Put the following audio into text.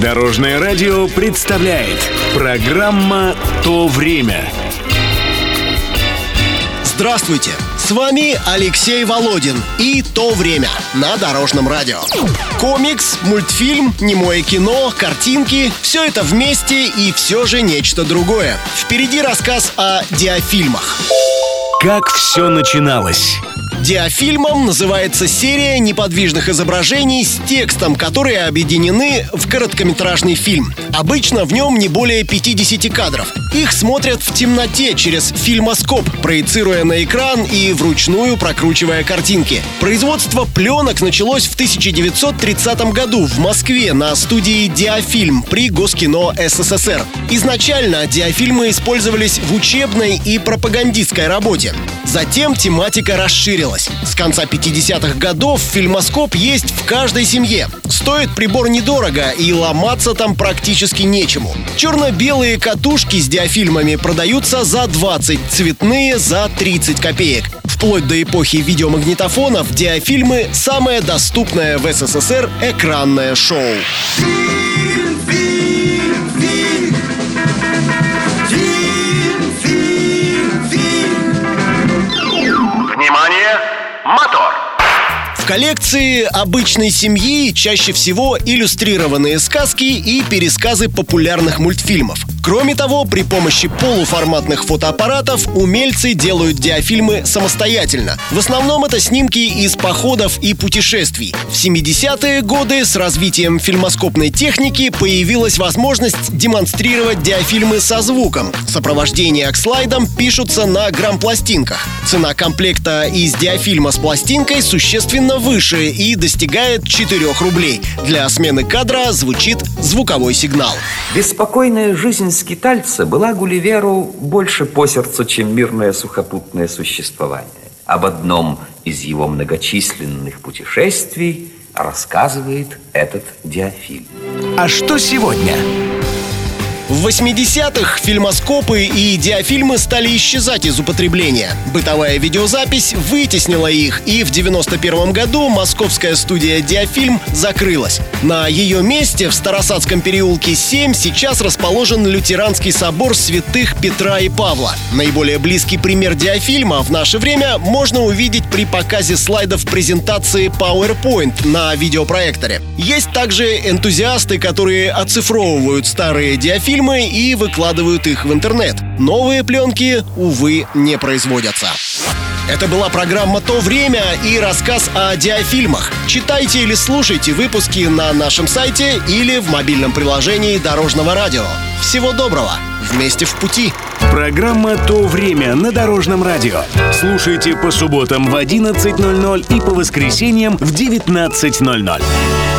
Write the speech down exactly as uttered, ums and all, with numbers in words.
Дорожное радио представляет программа «То время». Здравствуйте! С вами Алексей Володин и «То время» на Дорожном радио. Комикс, мультфильм, немое кино, картинки — все это вместе и все же нечто другое. Впереди рассказ о диафильмах. Как все начиналось? Диафильмом называется серия неподвижных изображений с текстом, которые объединены в короткометражный фильм. Обычно в нем не более пятидесяти кадров. Их смотрят в темноте через фильмоскоп, проецируя на экран и вручную прокручивая картинки. Производство пленок началось в тысяча девятьсот тридцатом году в Москве на студии «Диафильм» при Госкино СССР. Изначально диафильмы использовались в учебной и пропагандистской работе. Затем тематика расширилась. С конца пятидесятых годов фильмоскоп есть в каждой семье. Стоит прибор недорого, и ломаться там практически нечему. Черно-белые катушки с диафильмами продаются за двадцать, цветные — за тридцать копеек. Вплоть до эпохи видеомагнитофонов диафильмы — самое доступное в СССР экранное шоу. Мотор! В коллекции обычной семьи чаще всего иллюстрированные сказки и пересказы популярных мультфильмов. Кроме того, при помощи полуформатных фотоаппаратов умельцы делают диафильмы самостоятельно. В основном это снимки из походов и путешествий. В семидесятые годы с развитием фильмоскопной техники появилась возможность демонстрировать диафильмы со звуком. Сопровождения к слайдам пишутся на грампластинках. Цена комплекта из диафильма с пластинкой существенно выше и достигает четырёх рублей. Для смены кадра звучит звуковой сигнал. Беспокойная жизнь скитальца была Гулливеру больше по сердцу, чем мирное сухопутное существование. Об одном из его многочисленных путешествий рассказывает этот диафильм. А что сегодня? В восьмидесятых фильмоскопы и диафильмы стали исчезать из употребления. Бытовая видеозапись вытеснила их, и в девяносто первом году московская студия «Диафильм» закрылась. На ее месте в Старосадском переулке семь сейчас расположен лютеранский собор святых Петра и Павла. Наиболее близкий пример диафильма в наше время можно увидеть при показе слайдов презентации PowerPoint на видеопроекторе. Есть также энтузиасты, которые оцифровывают старые диафильмы и выкладывают их в интернет. Новые пленки, увы, не производятся. Это была программа «То время» и рассказ о диафильмах. Читайте или слушайте выпуски на нашем сайте или в мобильном приложении Дорожного радио. Всего доброго! Вместе в пути! Программа «То время» на Дорожном радио. Слушайте по субботам в одиннадцать ноль ноль и по воскресеньям в девятнадцать ноль ноль.